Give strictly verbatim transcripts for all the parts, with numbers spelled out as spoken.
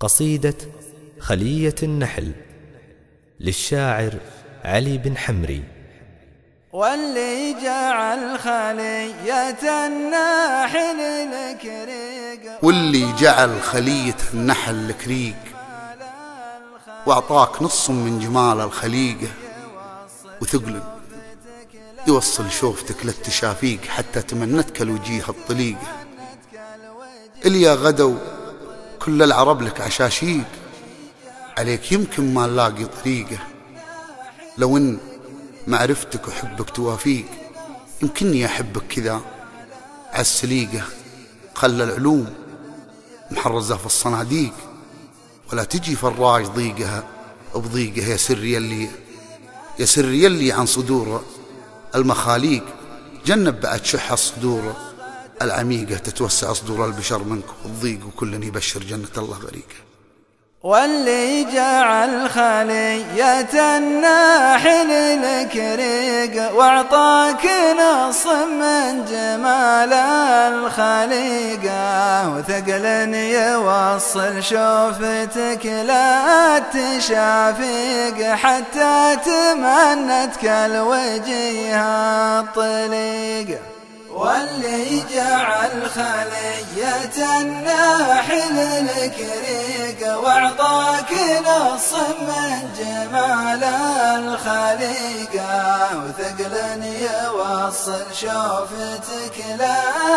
قصيدة خلية النحل للشاعر علي بن حمري. واللي جعل خلية النحل الكريق واللي جعل خلية النحل الكريق واعطاك نص من جمال الخليقة، وثقل يوصل شوفتك للتشافيق حتى تمنتك الوجيه الطليقة. إليا غدو كل العرب لك عشاشيق، عليك يمكن ما نلاقي طريقة. لو ان معرفتك وحبك توافيق، يمكنني أحبك كذا عالسليقة. خلى العلوم محرزة في الصناديق، ولا تجي فراج ضيقها بضيقه. يا سر يلي يا سر يلي عن صدور المخاليق، جنب بعد شح الصدور العميقة، تتوسع صدور البشر منك والضيق، وكل يبشر جنة الله غريقة. واللي جعل خلية النحل الكريق واعطاك نص من جمال الخليقة، وثقل يوصل شوفتك لا تشافيق حتى تمنتك الوجيه الطليقة. واللي جعل خلية النحل الكريق واعطاك نص من جمال الخليقة، وثقل يوصل شوفتك لا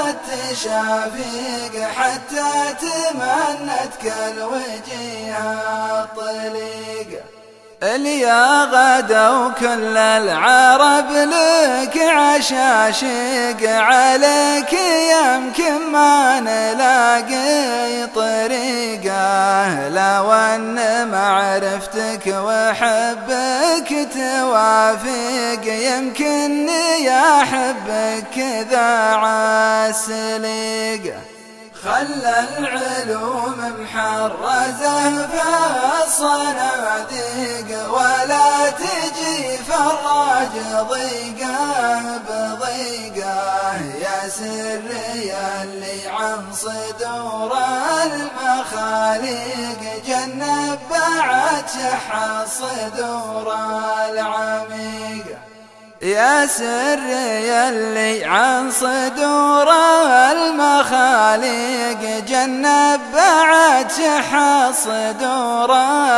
تشافيق حتى تمنتك الوجيه الطليقة. إليا غدوا كل العرب لك عشاشيق، عليك يمكن ما نلاقي طريقة. لو أن معرفتك وحبك توافيق، يمكنني أحبك كذا عالسليقة. خلى العلوم محرزة في الصناديق، ولا تجي فراج ضيقة بضيقة. يا سر يلي عن صدور المخاليق، جنب بعد شح الصدور العميقة. يا سر يلي عن صدور المخاليق، جنب بعد شح الصدور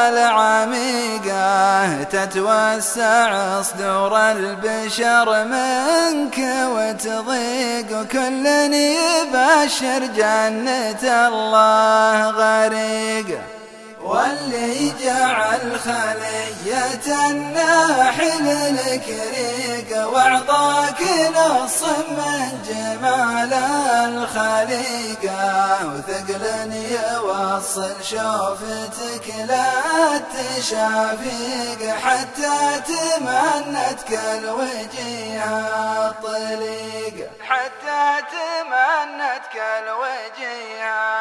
العميقة. تتوسع صدور البشر منك وتضيق، وكل يبشر جنة الله غريقة. واللي جعل خلية النحل الكريق واعطاك نص من جمال الخليقة، وثقل يوصل شوفتك لا تشافيق حتى تمنتك الوجيه الطليقة. حتى تمنتك الوجيه